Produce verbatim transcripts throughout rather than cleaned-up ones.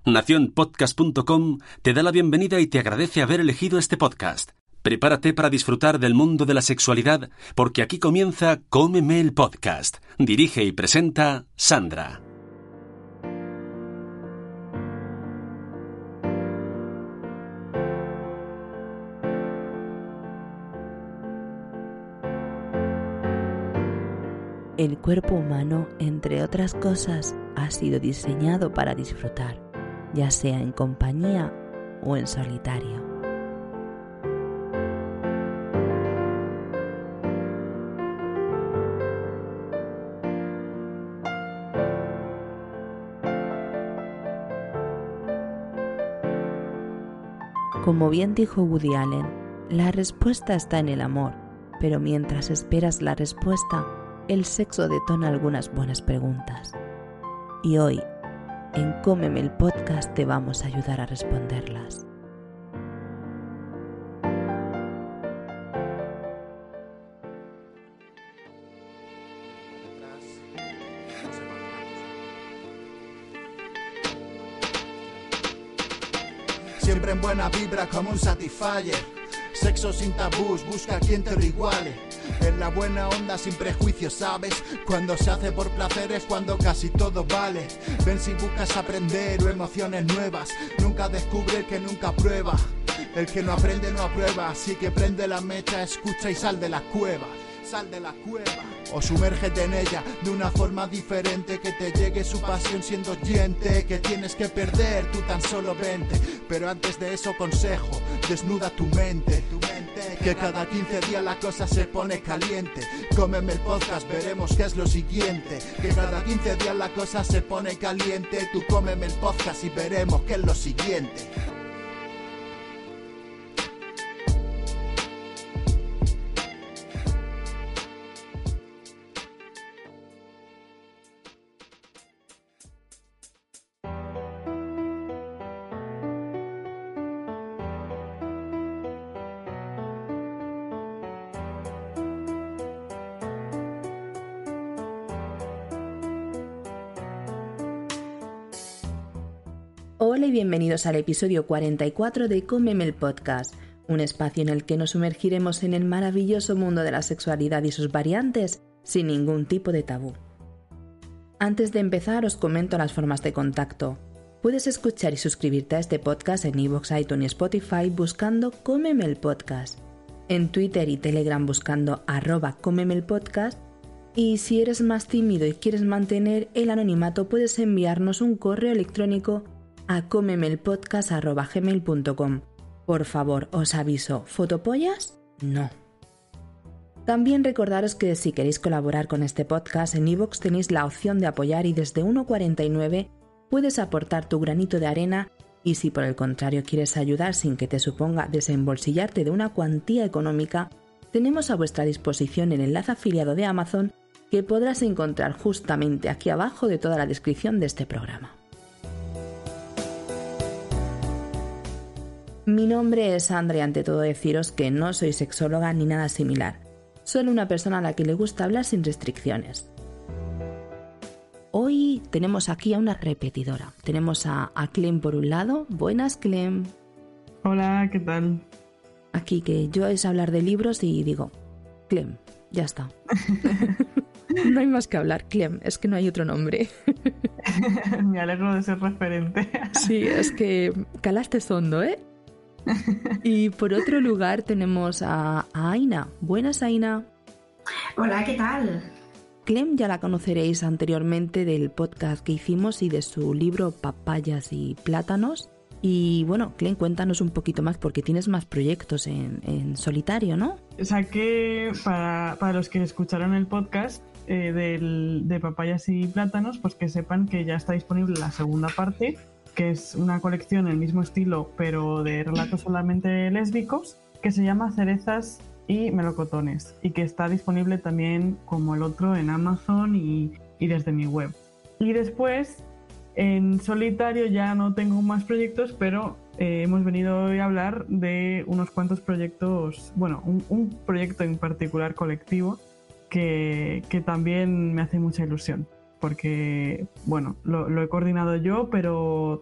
Nación Podcast punto com te da la bienvenida y te agradece haber elegido este podcast. Prepárate para disfrutar del mundo de la sexualidad, porque aquí comienza Cómeme el Podcast. Dirige y presenta Sandra. El cuerpo humano, entre otras cosas, ha sido diseñado para disfrutar, ya sea en compañía o en solitario. Como bien dijo Woody Allen, la respuesta está en el amor, pero mientras esperas la respuesta, el sexo detona algunas buenas preguntas. Y hoy, en Cómeme el Podcast, te vamos a ayudar a responderlas. Siempre en buena vibra como un Satisfyer. Sexo sin tabús, busca a quien te lo iguale. En la buena onda sin prejuicios, ¿sabes? Cuando se hace por placer es cuando casi todo vale. Ven si buscas aprender o emociones nuevas. Nunca descubre el que nunca prueba. El que no aprende no aprueba. Así que prende la mecha, escucha y sal de la cueva. Sal de la cueva o sumérgete en ella de una forma diferente, que te llegue su pasión siendo oyente. Que tienes que perder, tú tan solo vente. Pero antes de eso consejo, desnuda tu mente, tu mente que cada quince días la cosa se pone caliente. Cómeme el podcast, veremos qué es lo siguiente. Que cada quince días la cosa se pone caliente. Tú cómeme el podcast y veremos qué es lo siguiente. Hola y bienvenidos al episodio cuarenta y cuatro de Cómeme el Podcast, un espacio en el que nos sumergiremos en el maravilloso mundo de la sexualidad y sus variantes sin ningún tipo de tabú. Antes de empezar os comento las formas de contacto. Puedes escuchar y suscribirte a este podcast en iVoox, iTunes y Spotify buscando Cómeme el Podcast, en Twitter y Telegram buscando arroba Cómeme el Podcast, y si eres más tímido y quieres mantener el anonimato puedes enviarnos un correo electrónico a comemelpodcast arroba gmail punto com. Por favor, os aviso, ¿fotopollas? No. También recordaros que si queréis colaborar con este podcast, en iVoox tenéis la opción de apoyar y desde uno cuarenta y nueve puedes aportar tu granito de arena, y si por el contrario quieres ayudar sin que te suponga desembolsillarte de una cuantía económica, tenemos a vuestra disposición el enlace afiliado de Amazon que podrás encontrar justamente aquí abajo de toda la descripción de este programa. Mi nombre es Sandra y ante todo deciros que no soy sexóloga ni nada similar, solo una persona a la que le gusta hablar sin restricciones. Hoy tenemos aquí a una repetidora, tenemos a, a Clem por un lado. Buenas, Clem. Hola, ¿qué tal? Aquí que yo es hablar de libros y digo, Clem, ya está. No hay más que hablar, Clem, es que no hay otro nombre. Me alegro de ser referente. Sí, es que calaste hondo, ¿eh? Y por otro lugar tenemos a, a Aina. Buenas, Aina. Hola, ¿qué tal? Clem ya la conoceréis anteriormente del podcast que hicimos y de su libro Papayas y Plátanos. Y bueno, Clem, cuéntanos un poquito más porque tienes más proyectos en, en solitario, ¿no? Saqué, para, para los que escucharon el podcast eh, del, de Papayas y Plátanos, pues que sepan que ya está disponible la segunda parte, que es una colección en el mismo estilo, pero de relatos solamente lésbicos, que se llama Cerezas y Melocotones, y que está disponible también como el otro en Amazon y, y desde mi web. Y después, en solitario ya no tengo más proyectos, pero eh, hemos venido hoy a hablar de unos cuantos proyectos, bueno, un, un proyecto en particular colectivo que, que también me hace mucha ilusión. Porque, bueno, lo, lo he coordinado yo, pero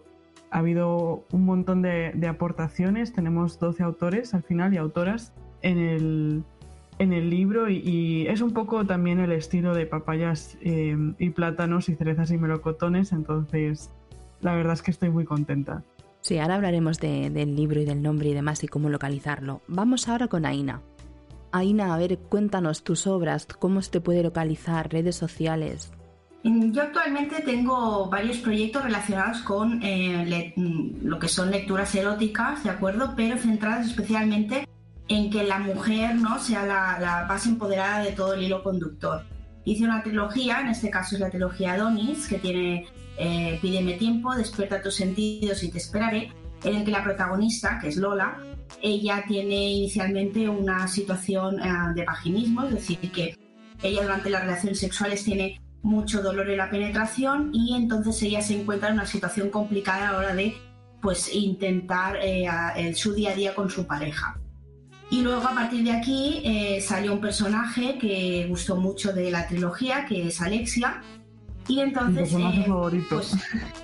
ha habido un montón de, de aportaciones. Tenemos doce autores al final y autoras en el, en el libro y, y es un poco también el estilo de Papayas eh, y Plátanos y Cerezas y Melocotones, entonces la verdad es que estoy muy contenta. Sí, ahora hablaremos de, del libro y del nombre y demás y cómo localizarlo. Vamos ahora con Aina. Aina, a ver, cuéntanos tus obras, cómo se te puede localizar, redes sociales. Yo actualmente tengo varios proyectos relacionados con eh, le, lo que son lecturas eróticas, ¿de acuerdo? Pero centradas especialmente en que la mujer, ¿no?, sea la, la base empoderada de todo el hilo conductor. Hice una trilogía, en este caso es la trilogía Adonis, que tiene eh, Pídeme tiempo, Despierta tus sentidos y te esperaré, en el que la protagonista, que es Lola, ella tiene inicialmente una situación eh, de vaginismo, es decir, que ella durante las relaciones sexuales tiene mucho dolor en la penetración y entonces ella se encuentra en una situación complicada a la hora de pues, intentar eh, a, a, su día a día con su pareja. Y luego a partir de aquí eh, salió un personaje que gustó mucho de la trilogía, que es Alexia, y entonces... Mi personaje eh, favorito. Pues,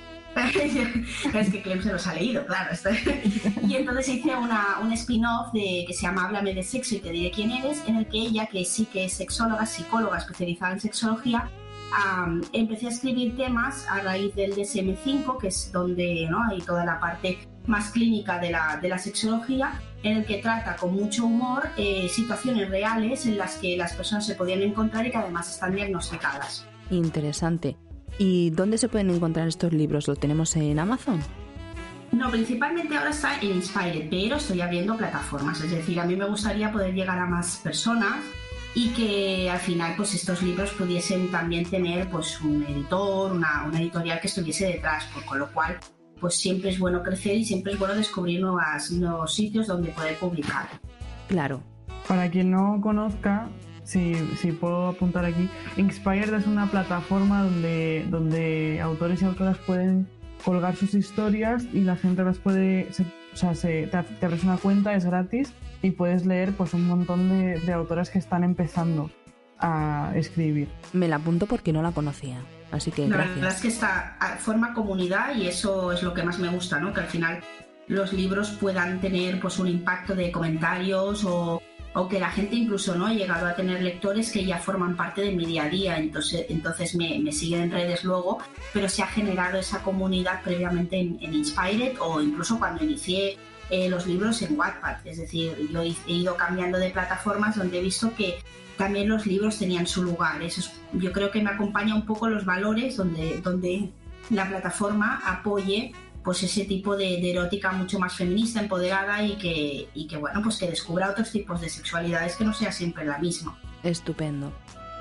es que Clem se los ha leído, claro. Y entonces hice una, un spin-off de, que se llama Háblame de sexo y te diré quién eres, en el que ella, que sí que es sexóloga, psicóloga especializada en sexología, um, empecé a escribir temas a raíz del D S M cinco, que es donde, ¿no?, hay toda la parte más clínica de la, de la sexología, en el que trata con mucho humor eh, situaciones reales en las que las personas se podían encontrar y que además están diagnosticadas. Interesante. ¿Y dónde se pueden encontrar estos libros? ¿Lo tenemos en Amazon? No, principalmente ahora está en Inspired, pero estoy abriendo plataformas. Es decir, a mí me gustaría poder llegar a más personas y que al final pues estos libros pudiesen también tener pues un editor, una, una editorial que estuviese detrás, pues, con lo cual pues siempre es bueno crecer y siempre es bueno descubrir nuevas, nuevos sitios donde poder publicar. Claro. Para quien no conozca, si, si puedo apuntar aquí, Inspired es una plataforma donde, donde autores y autoras pueden colgar sus historias y la gente las puede, se, o sea, se, te, te abres una cuenta, es gratis y puedes leer pues un montón de, de autoras que están empezando a escribir. Me la apunto porque no la conocía, así que la gracias. La verdad es que está, forma comunidad y eso es lo que más me gusta, ¿no? Que al final los libros puedan tener pues un impacto de comentarios o, o que la gente incluso, ¿no?, ha llegado a tener lectores que ya forman parte de mi día a día, entonces, entonces me, me siguen en redes luego, pero se ha generado esa comunidad previamente en, en Inspired o incluso cuando inicié eh, los libros en Wattpad, es decir, yo he ido cambiando de plataformas donde he visto que también los libros tenían su lugar. Eso es, yo creo que me acompaña un poco los valores donde, donde la plataforma apoye pues ese tipo de, de erótica mucho más feminista, empoderada y que, y que bueno, pues que descubra otros tipos de sexualidades que no sea siempre la misma. Estupendo.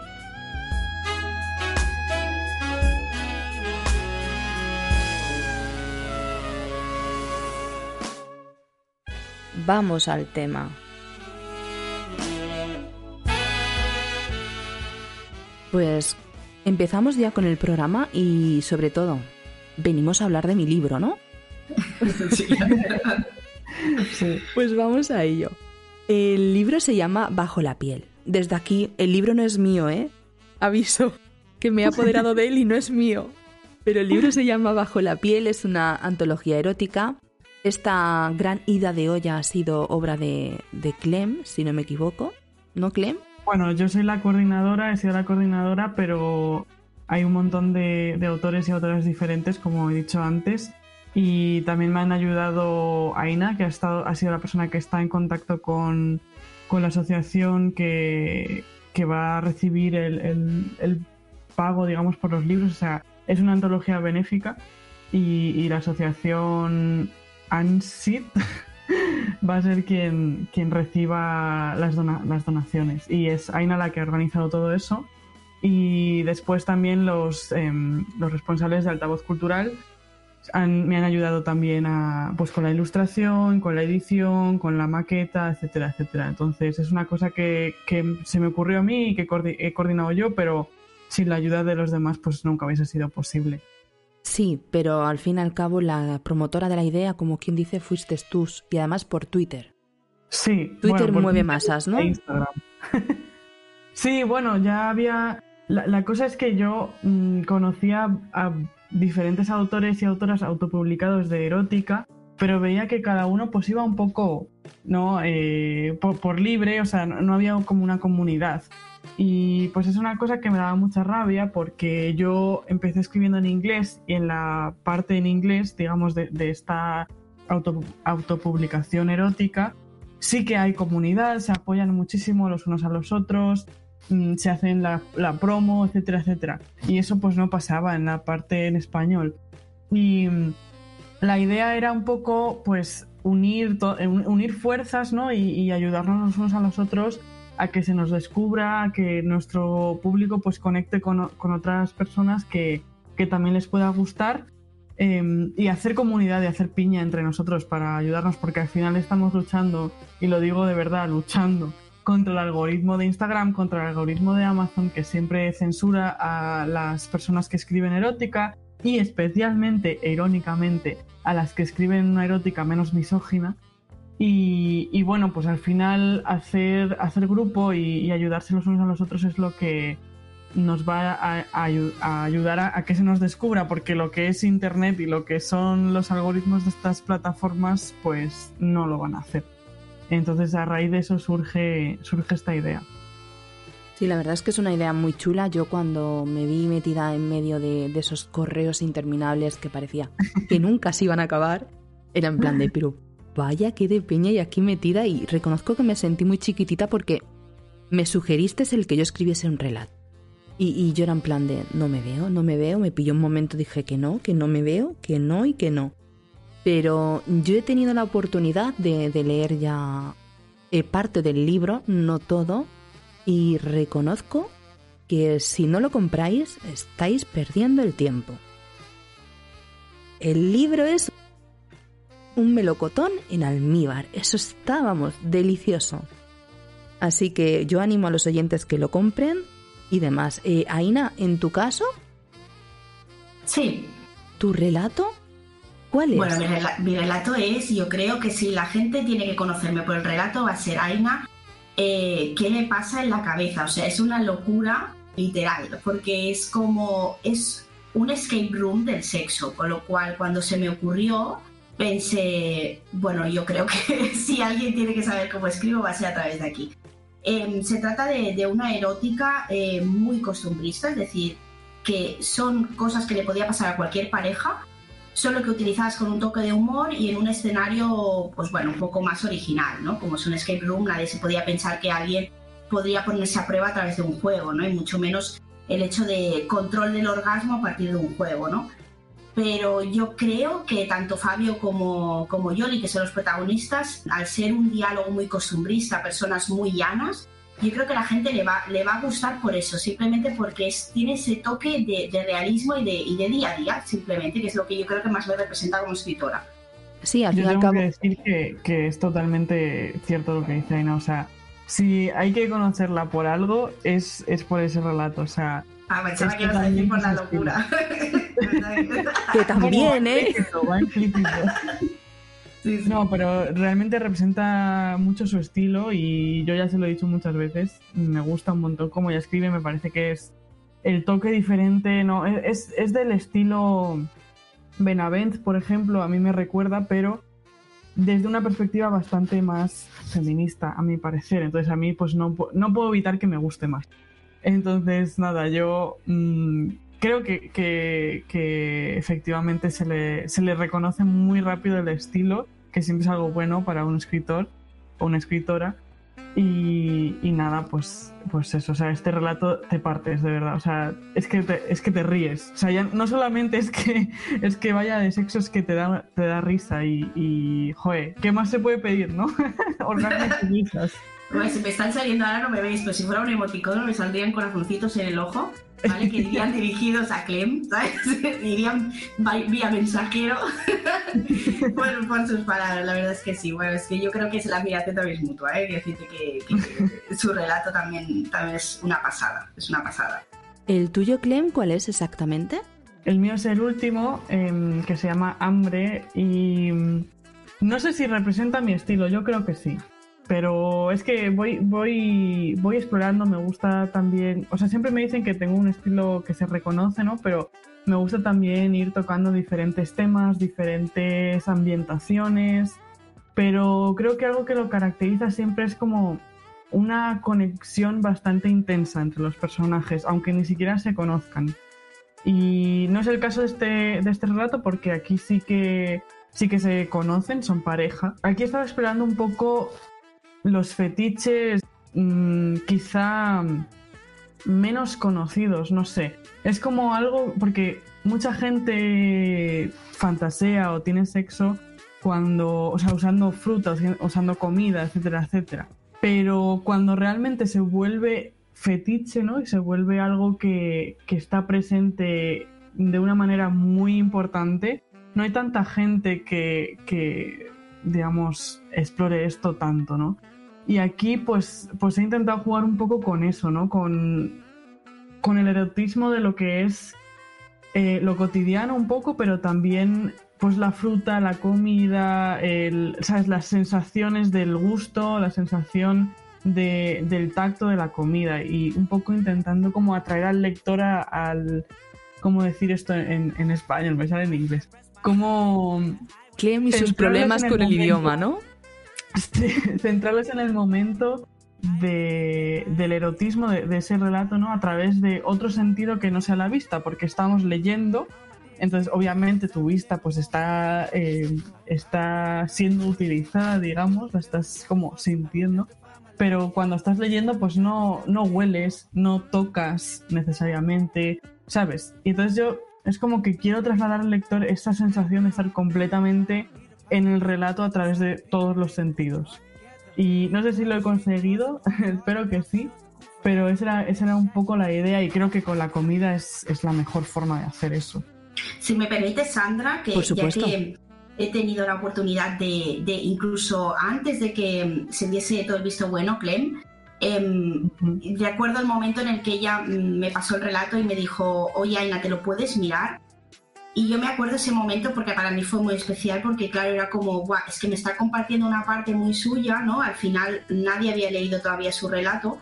Vamos al tema. Pues empezamos ya con el programa y sobre todo venimos a hablar de mi libro, ¿no? Sí, la verdad. Sí. Pues vamos a ello. El libro se llama Bajo la piel. Desde aquí, el libro no es mío, ¿eh? Aviso, que me he apoderado de él y no es mío. Pero el libro se llama Bajo la piel, es una antología erótica. Esta gran ida de olla ha sido obra de, de Clem, si no me equivoco. ¿No, Clem? Bueno, yo soy la coordinadora, he sido la coordinadora, pero hay un montón de, de autores y autoras diferentes, como he dicho antes. Y también me han ayudado Aina, que ha, estado, ha sido la persona que está en contacto con, con la asociación que, que va a recibir el, el, el pago, digamos, por los libros. O sea, es una antología benéfica y, y la asociación ANSID va a ser quien, quien reciba las, dona, las donaciones. Y es Aina la que ha organizado todo eso. Y después también los, eh, los responsables de Altavoz Cultural Han, me han ayudado también a, pues, con la ilustración, con la edición, con la maqueta, etcétera, etcétera. Entonces es una cosa que, que se me ocurrió a mí y que he coordinado yo, pero sin la ayuda de los demás pues nunca hubiese sido posible. Sí, pero al fin y al cabo la promotora de la idea, como quien dice, fuiste tú, y además por Twitter. Sí. Twitter bueno, mueve Twitter masas, ¿no? E Instagram. Sí, bueno, ya había... La, la cosa es que yo mmm, conocía a diferentes autores y autoras autopublicados de erótica, pero veía que cada uno pues iba un poco, ¿no? Eh, por, por libre, o sea, no, no había como una comunidad. Y pues es una cosa que me daba mucha rabia porque yo empecé escribiendo en inglés y en la parte en inglés, digamos, de, de esta auto, autopublicación erótica, sí que hay comunidad, se apoyan muchísimo los unos a los otros, mmm, se hacen la, la promo, etcétera, etcétera. Y eso pues no pasaba en la parte en español. Y mmm, la idea era un poco pues unir, to- unir fuerzas, ¿no? y, y ayudarnos los unos a los otros a que se nos descubra, a que nuestro público pues conecte con, con otras personas que, que también les pueda gustar, eh, y hacer comunidad y hacer piña entre nosotros para ayudarnos, porque al final estamos luchando, y lo digo de verdad, luchando contra el algoritmo de Instagram, contra el algoritmo de Amazon, que siempre censura a las personas que escriben erótica y especialmente e irónicamente a las que escriben una erótica menos misógina. Y, y bueno, pues al final hacer, hacer grupo y, y ayudarse los unos a los otros es lo que nos va a, a, a ayudar a, a que se nos descubra, porque lo que es internet y lo que son los algoritmos de estas plataformas pues no lo van a hacer. Entonces a raíz de eso surge, surge esta idea. Sí, la verdad es que es una idea muy chula. Yo cuando me vi metida en medio de, de esos correos interminables que parecía que nunca se iban a acabar, era en plan de, pero vaya que de peña y aquí metida, y reconozco que me sentí muy chiquitita porque me sugeriste el que yo escribiese un relato. Y, y yo era en plan de, no me veo, no me veo, me pilló un momento, dije que no, que no me veo, que no y que no. Pero yo he tenido la oportunidad de, de leer ya eh, parte del libro, no todo, y reconozco que si no lo compráis, estáis perdiendo el tiempo. El libro es un melocotón en almíbar, eso está, vamos, delicioso. Así que yo animo a los oyentes que lo compren y demás. Eh, Aina, ¿en tu caso? Sí. ¿Tu relato? ¿Cuál es? Bueno, mi, rela- mi relato es, yo creo que si la gente tiene que conocerme por el relato, va a ser Aina, eh, ¿qué le pasa en la cabeza? O sea, es una locura literal, porque es como, es un escape room del sexo, con lo cual cuando se me ocurrió, pensé, bueno, yo creo que si alguien tiene que saber cómo escribo, va a ser a través de aquí. Eh, se trata de, de una erótica eh, muy costumbrista, es decir, que son cosas que le podía pasar a cualquier pareja, solo que utilizadas con un toque de humor y en un escenario, pues bueno, un poco más original, ¿no? Como es un escape room, nadie se podía pensar que alguien podría ponerse a prueba a través de un juego, ¿no? Y mucho menos el hecho de control del orgasmo a partir de un juego, ¿no? Pero yo creo que tanto Fabio como, como Yoli, que son los protagonistas, al ser un diálogo muy costumbrista, personas muy llanas, yo creo que a la gente le va, le va a gustar por eso, simplemente porque es, tiene ese toque de, de realismo y de, y de día a día, simplemente, que es lo que yo creo que más me representa como escritora. Sí, al fin Yo y al tengo cabo. que decir que, que es totalmente cierto lo que dice Aina, o sea, si hay que conocerla por algo, es, es por ese relato, o sea... Ah, pensaba que ibas a decir por la locura. Que también, ¿eh? Va implícito. Sí, sí. No, pero realmente representa mucho su estilo y yo ya se lo he dicho muchas veces, me gusta un montón cómo ella escribe, me parece que es el toque diferente, no, es, es del estilo Benavent, por ejemplo, a mí me recuerda, pero desde una perspectiva bastante más feminista, a mi parecer, entonces a mí pues no, no puedo evitar que me guste más. Entonces, nada, yo mmm, creo que, que, que efectivamente se le, se le reconoce muy rápido el estilo, que siempre es algo bueno para un escritor o una escritora. Y, y nada, pues, pues eso, o sea, este relato te partes, de verdad. O sea, es que te, es que te ríes. O sea, ya no solamente es que, es que vaya de sexo, es que te da, te da risa y, y, joder, ¿qué más se puede pedir, no? Orgasmos y risas. Bueno, si me están saliendo ahora no me veis, pero si fuera un emoticono me saldrían corazoncitos en el ojo, ¿vale? Que irían dirigidos a Clem, ¿sabes? Irían vía mensajero. Bueno, por sus palabras, la verdad es que sí. Bueno, es que yo creo que la admiración también es mutua, ¿eh? Decirte que, que, que su relato también, también es una pasada, es una pasada. ¿El tuyo, Clem, cuál es exactamente? El mío es el último, eh, que se llama Hambre, y no sé si representa mi estilo, yo creo que sí. pero es que voy, voy, voy explorando, me gusta también, o sea, siempre me dicen que tengo un estilo que se reconoce, ¿no? Pero me gusta también ir tocando diferentes temas, diferentes ambientaciones, pero creo que algo que lo caracteriza siempre es como una conexión bastante intensa entre los personajes, aunque ni siquiera se conozcan. Y no es el caso de este, de este relato, porque aquí sí que, sí que se conocen, son pareja. Aquí estaba esperando un poco los fetiches mmm, quizá menos conocidos, no sé. Es como algo, porque mucha gente fantasea o tiene sexo cuando, o sea, usando fruta, usando comida, etcétera, etcétera. Pero cuando realmente se vuelve fetiche, ¿no? Y se vuelve algo que, que está presente de una manera muy importante, no hay tanta gente que, que, digamos, explore esto tanto, ¿no? Y aquí, pues, pues he intentado jugar un poco con eso, ¿no? Con, con el erotismo de lo que es eh, lo cotidiano un poco, pero también pues la fruta, la comida, el, ¿sabes? Las sensaciones del gusto, la sensación de, del tacto de la comida, y un poco intentando como atraer al lector a, al... ¿Cómo decir esto en, en español? Me sale en inglés. Como... Clem y sus problemas con el, el idioma, ¿no? Sí, centrarlos en el momento de, del erotismo, de, de ese relato, ¿no? A través de otro sentido que no sea la vista, porque estamos leyendo. Entonces, obviamente, tu vista pues está, eh, está siendo utilizada, digamos, la estás como sintiendo, pero cuando estás leyendo pues no, no hueles, no tocas necesariamente, ¿sabes? Y entonces yo es como que quiero trasladar al lector esa sensación de estar completamente en el relato a través de todos los sentidos. Y no sé si lo he conseguido, espero que sí, pero esa era, esa era un poco la idea, y creo que con la comida es, es la mejor forma de hacer eso. Si me permite, Sandra, que ya que he tenido la oportunidad de, de incluso antes de que se diese todo el visto bueno, Clem, eh, uh-huh. recuerdo el momento en el que ella me pasó el relato y me dijo, oye, Aina, ¿te lo puedes mirar? Y yo me acuerdo ese momento porque para mí fue muy especial, porque claro, era como, guau, es que me está compartiendo una parte muy suya, ¿no? Al final nadie había leído todavía su relato,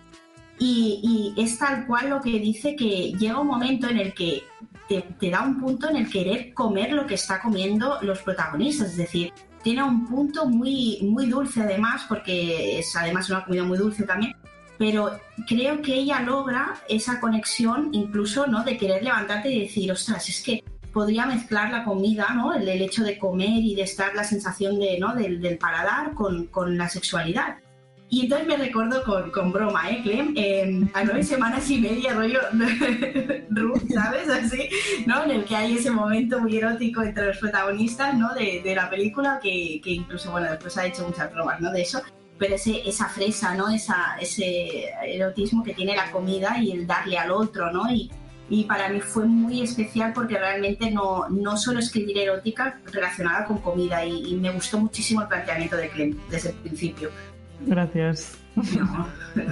y, y es tal cual lo que dice, que llega un momento en el que te, te da un punto en el querer comer lo que está comiendo los protagonistas, es decir, tiene un punto muy, muy dulce además, porque es además una comida muy dulce también, pero creo que ella logra esa conexión incluso, ¿no? De querer levantarte y decir, ostras, es que podría mezclar la comida, ¿no? El, el hecho de comer y de estar la sensación de, ¿no? del, del paladar con, con la sexualidad. Y entonces me recuerdo con, con broma, ¿eh, Clem? Eh, a nueve semanas y media, rollo Ruth, ¿sabes? Así, ¿no? En el que hay ese momento muy erótico entre los protagonistas, ¿no? De, de la película, que, que incluso, bueno, después ha hecho muchas bromas, ¿no? De eso. Pero ese, esa fresa, ¿no? Esa, ese erotismo que tiene la comida y el darle al otro, ¿no? Y, y para mí fue muy especial porque realmente no, no suelo escribir erótica relacionada con comida, y, y me gustó muchísimo el planteamiento de Clem desde el principio. Gracias. No.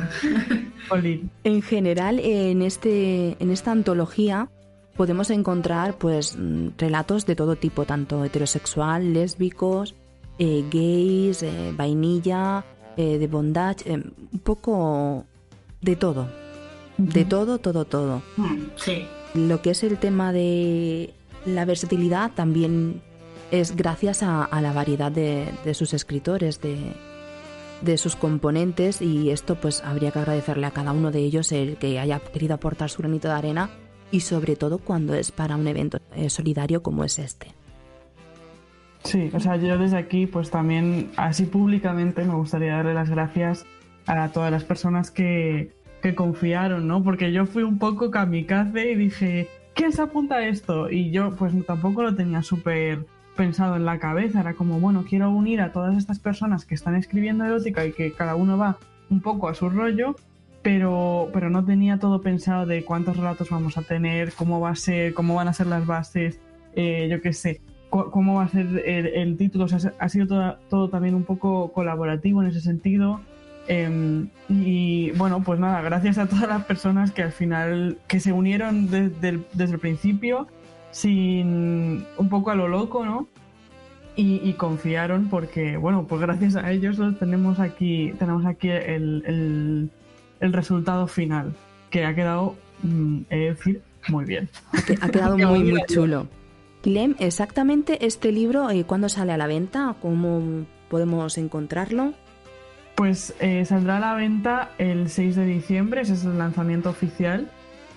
En general, en, este, en esta antología podemos encontrar pues relatos de todo tipo, tanto heterosexual, lésbicos, eh, gays, eh, vainilla, eh, de bondage, eh, un poco de todo. Uh-huh. De todo, todo, todo. Sí. Lo que es el tema de la versatilidad también es gracias a, a la variedad de, de sus escritores, de... de sus componentes, y esto pues habría que agradecerle a cada uno de ellos el que haya querido aportar su granito de arena, y sobre todo cuando es para un evento eh, solidario como es este. Sí, o sea, yo desde aquí pues también así públicamente me gustaría darle las gracias a todas las personas que, que confiaron, ¿no? Porque yo fui un poco kamikaze y dije, ¿quién se apunta a esto? Y yo pues tampoco lo tenía súper pensado en la cabeza, era como, bueno, quiero unir a todas estas personas que están escribiendo erótica y que cada uno va un poco a su rollo, pero, pero no tenía todo pensado de cuántos relatos vamos a tener, cómo va a ser, cómo van a ser las bases, eh, yo qué sé, cu- cómo va a ser el, el título. O sea, ha sido todo, todo también un poco colaborativo en ese sentido. Eh, y bueno, pues nada, gracias a todas las personas que al final, que se unieron de, de, desde el principio, sin un poco a lo loco, ¿no? y, y confiaron porque, bueno, pues gracias a ellos los tenemos aquí, tenemos aquí el, el, el resultado final, que ha quedado, mm, he de decir, muy bien. Ha quedado muy, muy chulo. Clem, exactamente este libro, eh, ¿cuándo sale a la venta? ¿Cómo podemos encontrarlo? Pues eh, saldrá a la venta el seis de diciembre, ese es el lanzamiento oficial,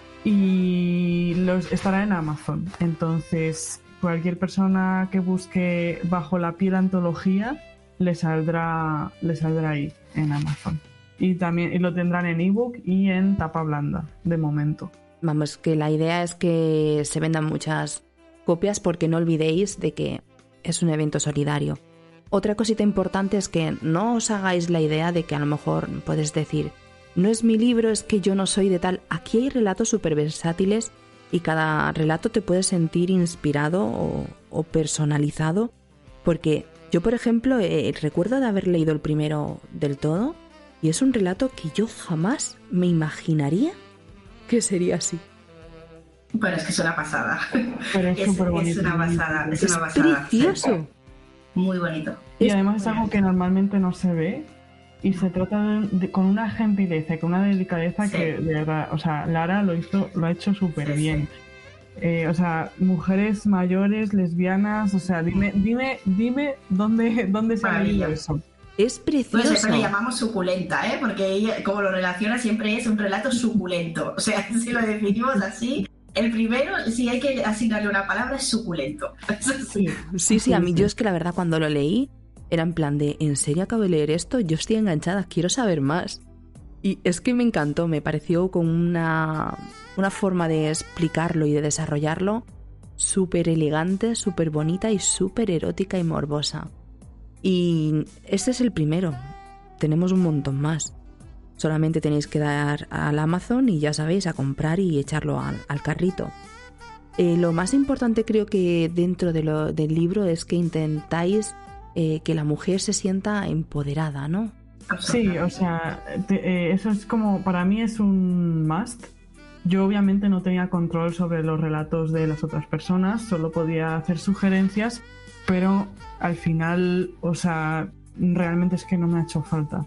y los, estará en Amazon. Entonces, cualquier persona que busque Bajo la piel antología le saldrá, le saldrá ahí en Amazon. Y también y lo tendrán en ebook y en tapa blanda, de momento. Vamos, que la idea es que se vendan muchas copias porque no olvidéis de que es un evento solidario. Otra cosita importante es que no os hagáis la idea de que a lo mejor puedes decir, no es mi libro, es que yo no soy de tal. Aquí hay relatos súper versátiles y cada relato te puede sentir inspirado o, o personalizado, porque yo, por ejemplo, eh, recuerdo de haber leído el primero del todo y es un relato que yo jamás me imaginaría que sería así. Bueno, es que es una pasada. Pero es, es, súper bonito, es una pasada, es, es una pasada. precioso. Muy bonito. Y además es algo que normalmente no se ve y se trata de, de, con una gentileza y con una delicadeza sí. que de verdad, o sea, Lara lo hizo, lo ha hecho súper sí, bien. Sí. Eh, o sea, mujeres mayores, lesbianas, o sea, dime, dime, dime dónde, dónde se ha leído eso. Es precioso. Pues siempre le llamamos suculenta, ¿eh? Porque ella, como lo relaciona, siempre es un relato suculento. O sea, si lo definimos así, el primero, si hay que asignarle una palabra, es suculento. Sí, sí, sí, a mí yo es que la verdad cuando lo leí era en plan de, ¿en serio acabo de leer esto? Yo estoy enganchada, quiero saber más. Y es que me encantó, me pareció con una, una forma de explicarlo y de desarrollarlo súper elegante, súper bonita y súper erótica y morbosa. Y este es el primero, tenemos un montón más. Solamente tenéis que dar al Amazon y ya sabéis, a comprar y echarlo al, al carrito. Eh, lo más importante creo que dentro de lo, del libro es que intentáis eh, que la mujer se sienta empoderada, ¿no? Sí, o sea, te, eh, eso es como, para mí es un must. Yo obviamente no tenía control sobre los relatos de las otras personas, solo podía hacer sugerencias, pero al final, o sea, realmente es que no me ha hecho falta.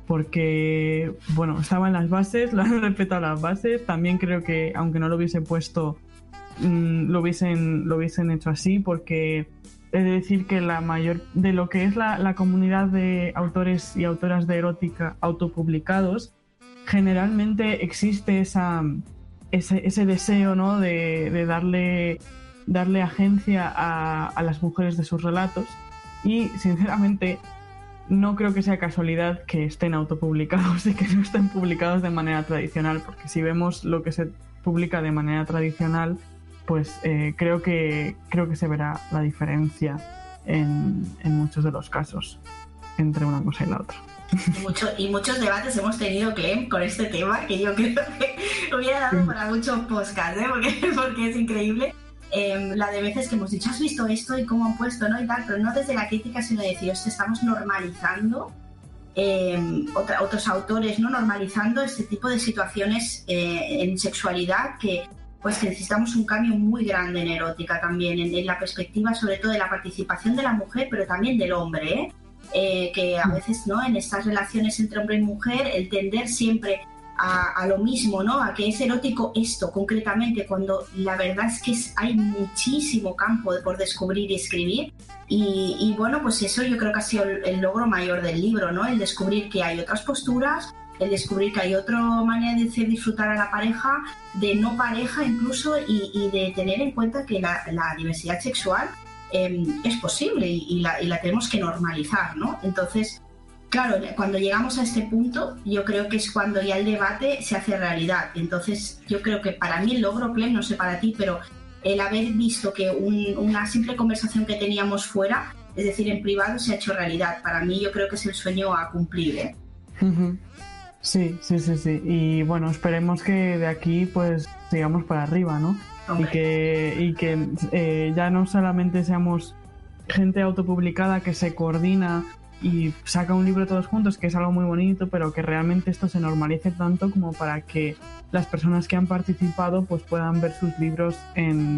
Porque, bueno, estaba en las bases, lo han respetado las bases. También creo que, aunque no lo hubiese puesto, mmm, lo hubiesen, lo hubiesen hecho así, porque he de decir que la mayor de lo que es la, la comunidad de autores y autoras de erótica autopublicados, generalmente existe esa, ese, ese deseo, ¿no? de, de darle, darle agencia a, a las mujeres de sus relatos. Y, sinceramente, no creo que sea casualidad que estén autopublicados y que no estén publicados de manera tradicional, porque si vemos lo que se publica de manera tradicional, pues eh, creo que creo que se verá la diferencia en, en muchos de los casos entre una cosa y la otra. Y, mucho, y muchos debates hemos tenido, Clem, con este tema, que yo creo que hubiera dado para muchos podcasts, ¿eh? porque, porque es increíble. Eh, la de veces que hemos dicho, ¿has visto esto? Y cómo han puesto, ¿no? Y tal, pero no desde la crítica, sino decir, hostia, estamos normalizando, eh, otra, otros autores, ¿no? Normalizando este tipo de situaciones eh, en sexualidad que, pues, que necesitamos un cambio muy grande en erótica también, en, en la perspectiva sobre todo de la participación de la mujer, pero también del hombre, ¿eh? Eh, que a veces, ¿no? En estas relaciones entre hombre y mujer, el tender siempre A, a lo mismo, ¿no? A que es erótico esto concretamente, cuando la verdad es que es, hay muchísimo campo por descubrir y escribir y, y bueno, pues eso yo creo que ha sido el, el logro mayor del libro, ¿no? El descubrir que hay otras posturas, el descubrir que hay otra manera de hacer disfrutar a la pareja, de no pareja incluso, y, y de tener en cuenta que la, la diversidad sexual eh, es posible y, y, la, y la tenemos que normalizar, ¿no? Entonces, claro, cuando llegamos a este punto, yo creo que es cuando ya el debate se hace realidad. Entonces, yo creo que para mí el logro, Clem, no sé para ti, pero el haber visto que un, una simple conversación que teníamos fuera, es decir, en privado, se ha hecho realidad. Para mí yo creo que es el sueño a cumplir, ¿eh? Uh-huh. Sí, sí, sí, sí. Y bueno, esperemos que de aquí pues sigamos para arriba, ¿no? Hombre. Y que, y que eh, ya no solamente seamos gente autopublicada que se coordina y saca un libro todos juntos, que es algo muy bonito, pero que realmente esto se normalice tanto como para que las personas que han participado pues puedan ver sus libros en,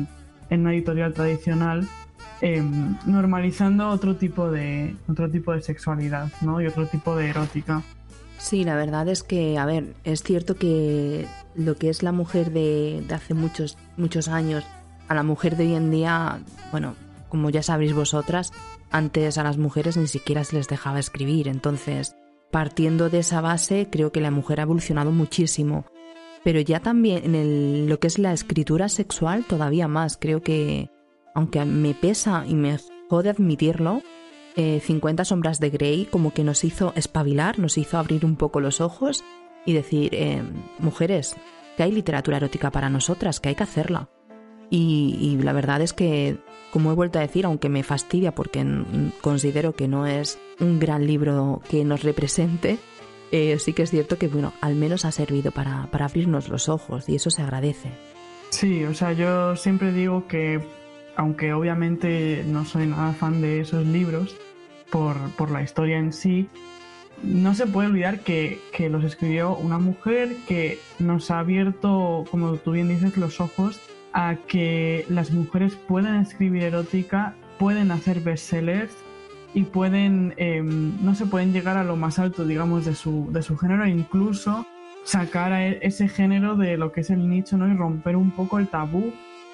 en una editorial tradicional, eh, normalizando otro tipo de otro tipo de sexualidad, ¿no? Y otro tipo de erótica. Sí, la verdad es que, a ver, es cierto que lo que es la mujer de, de hace muchos, muchos años a la mujer de hoy en día, bueno, como ya sabréis vosotras, antes a las mujeres ni siquiera se les dejaba escribir. Entonces, partiendo de esa base, creo que la mujer ha evolucionado muchísimo. Pero ya también en el, lo que es la escritura sexual, todavía más. Creo que, aunque me pesa y me jode admitirlo, eh, cincuenta sombras de Grey como que nos hizo espabilar, nos hizo abrir un poco los ojos y decir, eh, mujeres, que hay literatura erótica para nosotras, que hay que hacerla. Y, y la verdad es que, como he vuelto a decir, aunque me fastidia porque n- considero que no es un gran libro que nos represente, eh, sí que es cierto que, bueno, al menos ha servido para, para abrirnos los ojos y eso se agradece. Sí, o sea, yo siempre digo que, aunque obviamente no soy nada fan de esos libros, por, por la historia en sí, no se puede olvidar que, que los escribió una mujer que nos ha abierto, como tú bien dices, los ojos a que las mujeres pueden escribir erótica, pueden hacer bestsellers y pueden, eh, no se pueden llegar a lo más alto, digamos, de su, de su género, e incluso sacar a ese género de lo que es el nicho, ¿no? Y romper un poco el tabú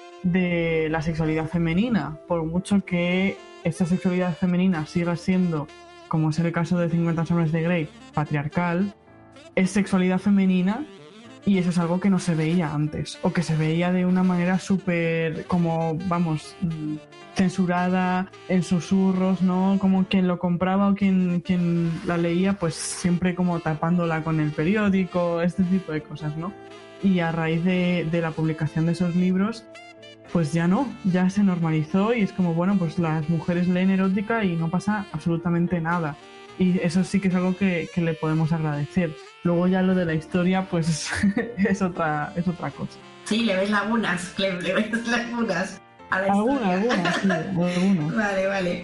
de la sexualidad femenina, por mucho que esa sexualidad femenina siga siendo, como es el caso de cincuenta sombras de Grey, patriarcal, es sexualidad femenina. Y eso es algo que no se veía antes, o que se veía de una manera súper, como, vamos, censurada, en susurros, ¿no? Como quien lo compraba o quien, quien la leía, pues siempre como tapándola con el periódico, este tipo de cosas, ¿no? Y a raíz de, de la publicación de esos libros, pues ya no, ya se normalizó y es como, bueno, pues las mujeres leen erótica y no pasa absolutamente nada. Y eso sí que es algo que, que le podemos agradecer. Luego ya lo de la historia, pues es otra es otra cosa. Sí, le ves lagunas, le, le ves lagunas a la Alguna, historia. alguna, sí, alguna. Vale, vale.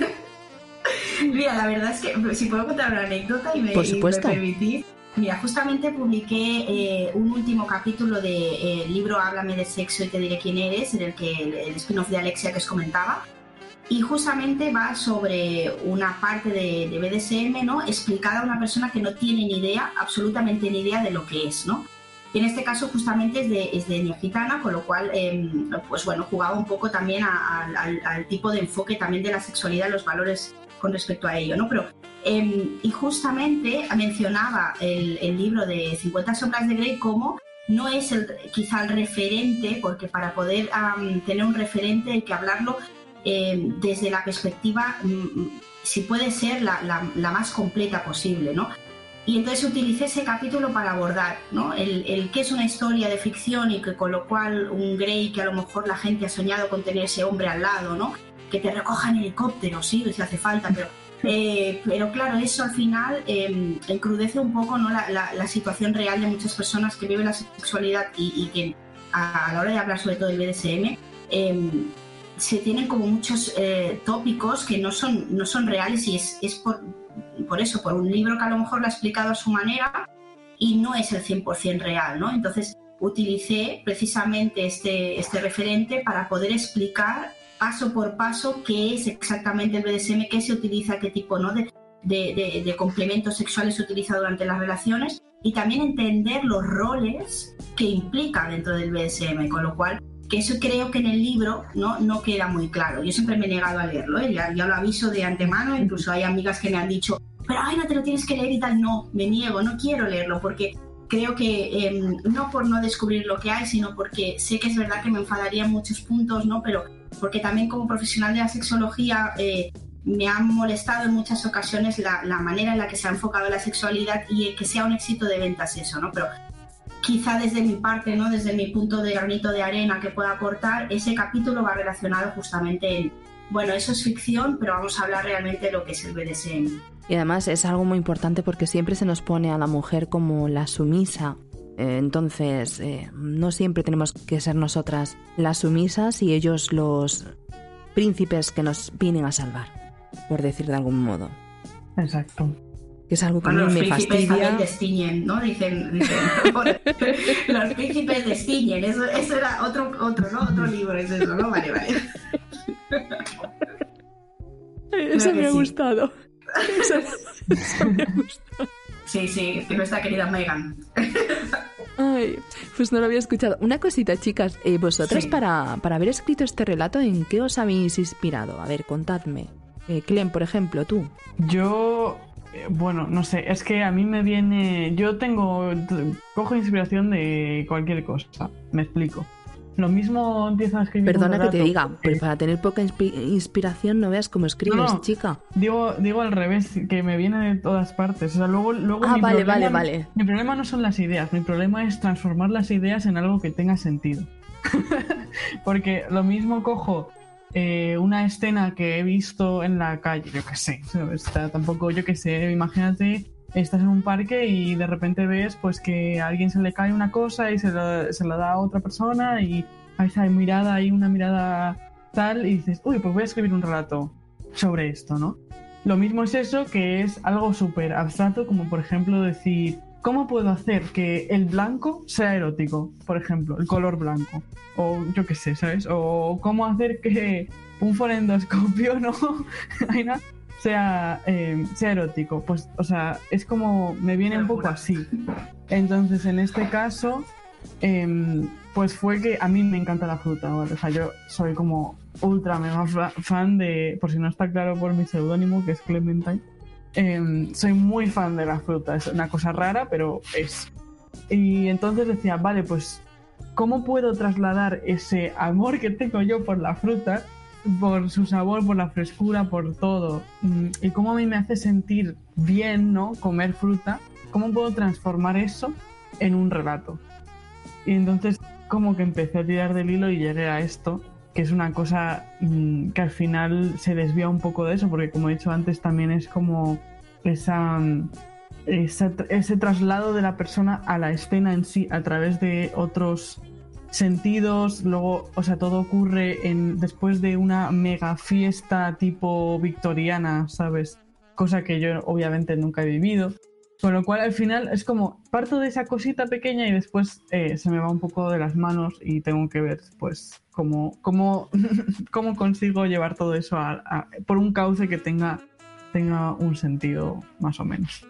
Mira, la verdad es que si puedo contar una anécdota y me, Por y supuesto. me permitís. Mira, justamente publiqué eh, un último capítulo del eh, libro Háblame de sexo y te diré quién eres, en el que el, el spin-off de Alexia que os comentaba. Y justamente va sobre una parte de, de B D S M, ¿no? Explicada a una persona que no tiene ni idea, absolutamente ni idea de lo que es, ¿no? Y en este caso justamente es de, es de etnia gitana, con lo cual, eh, pues bueno, jugaba un poco también a, a, al, al tipo de enfoque también de la sexualidad, los valores con respecto a ello, ¿no? Pero, eh, y justamente mencionaba el, el libro de cincuenta sombras de Grey como no es el, quizá el referente, porque para poder um, tener un referente hay que hablarlo Eh, desde la perspectiva, mm, si puede ser, la, la, la más completa posible, ¿no? Y entonces utilicé ese capítulo para abordar, ¿no? El, el qué es una historia de ficción y que con lo cual un Grey que a lo mejor la gente ha soñado con tener ese hombre al lado, ¿no? Que te recoja en helicóptero, sí, si hace falta, pero, eh, pero claro, eso al final eh, encrudece un poco, ¿no? la, la, la situación real de muchas personas que viven la sexualidad y, y que a, a la hora de hablar sobre todo del B D S M, eh, se tienen como muchos eh, tópicos que no son, no son reales y es, es por, por eso, por un libro que a lo mejor lo ha explicado a su manera y no es el cien por ciento real, ¿no? Entonces utilicé precisamente este, este referente para poder explicar paso por paso qué es exactamente el B D S M, qué se utiliza, qué tipo, ¿no? de, de, de, de complementos sexuales se utiliza durante las relaciones y también entender los roles que implica dentro del B D S M, con lo cual que eso creo que en el libro no, no queda muy claro. Yo siempre me he negado a leerlo, ¿eh? ya, ya lo aviso de antemano, incluso hay amigas que me han dicho, pero ay, no te lo tienes que leer y tal. No, me niego, no quiero leerlo porque creo que eh, no por no descubrir lo que hay, sino porque sé que es verdad que me enfadaría en muchos puntos, ¿no? Pero porque también como profesional de la sexología eh, me ha molestado en muchas ocasiones la, la manera en la que se ha enfocado la sexualidad y el que sea un éxito de ventas eso, ¿no? Pero quizá desde mi parte, ¿no? Desde mi punto de granito de arena que pueda aportar, ese capítulo va relacionado justamente en, bueno, eso es ficción, pero vamos a hablar realmente de lo que es el B D S M. Y además es algo muy importante porque siempre se nos pone a la mujer como la sumisa. Eh, entonces, eh, no siempre tenemos que ser nosotras las sumisas y ellos los príncipes que nos vienen a salvar, por decir de algún modo. Exacto. que es algo que bueno, a mí me los príncipes fastidia. también destiñen, ¿no? Dicen, dicen los príncipes destiñen, eso, eso era otro, otro, ¿no? Otro libro, es eso, ¿no? Vale, vale. Eso me ha sí. gustado. Eso, eso me ha gustado. Sí, sí, nuestra querida Megan. Ay, pues no lo había escuchado. Una cosita, chicas, eh, vosotras Sí. para, para haber escrito este relato, ¿en qué os habéis inspirado? A ver, contadme. Eh, Clem, por ejemplo, tú. Yo, eh, bueno, no sé, es que a mí me viene... Yo tengo... Cojo inspiración de cualquier cosa, me explico. Lo mismo empiezo a escribir Perdona un que te relato, diga, porque- pues para tener poca inspi- inspiración no veas cómo escribes, No, no. chica. Digo, digo al revés, que me viene de todas partes. O sea, luego, luego Ah, mi vale, problema, vale, vale. Mi problema no son las ideas, mi problema es transformar las ideas en algo que tenga sentido. Porque lo mismo cojo eh, una escena que he visto en la calle, yo qué sé, ¿sabes? O sea, tampoco, yo qué sé, imagínate, estás en un parque y de repente ves pues que a alguien se le cae una cosa y se la, se la da a otra persona y hay esa mirada, hay una mirada tal y dices, uy, pues voy a escribir un relato sobre esto, ¿no? Lo mismo es eso, que es algo súper abstracto, como por ejemplo decir, ¿cómo puedo hacer que el blanco sea erótico? Por ejemplo, el color blanco. O yo qué sé, ¿sabes? O cómo hacer que un forendoscopio, ¿no? Aina, sea, eh, sea erótico. Pues, o sea, es como, me viene un poco así. Entonces, en este caso, eh, pues fue que a mí me encanta la fruta, ¿vale? O sea, yo soy como ultra mega fa- fan de, por si no está claro por mi seudónimo, que es Clementine, eh, soy muy fan de la fruta, es una cosa rara, pero es. Y entonces decía, vale, pues, ¿cómo puedo trasladar ese amor que tengo yo por la fruta, por su sabor, por la frescura, por todo? Mm, Y cómo a mí me hace sentir bien, ¿no? Comer fruta. ¿Cómo puedo transformar eso en un relato? Y entonces como que empecé a tirar del hilo y llegué a esto, que es una cosa mmm, que al final se desvía un poco de eso, porque como he dicho antes también es como esa, esa, ese traslado de la persona a la escena en sí a través de otros sentidos. Luego, o sea, todo ocurre en, después de una mega fiesta tipo victoriana, ¿sabes? Cosa que yo obviamente nunca he vivido. Con lo cual al final es como parto de esa cosita pequeña y después eh, se me va un poco de las manos y tengo que ver pues cómo, cómo, cómo consigo llevar todo eso a, a, por un cauce que tenga, tenga un sentido más o menos.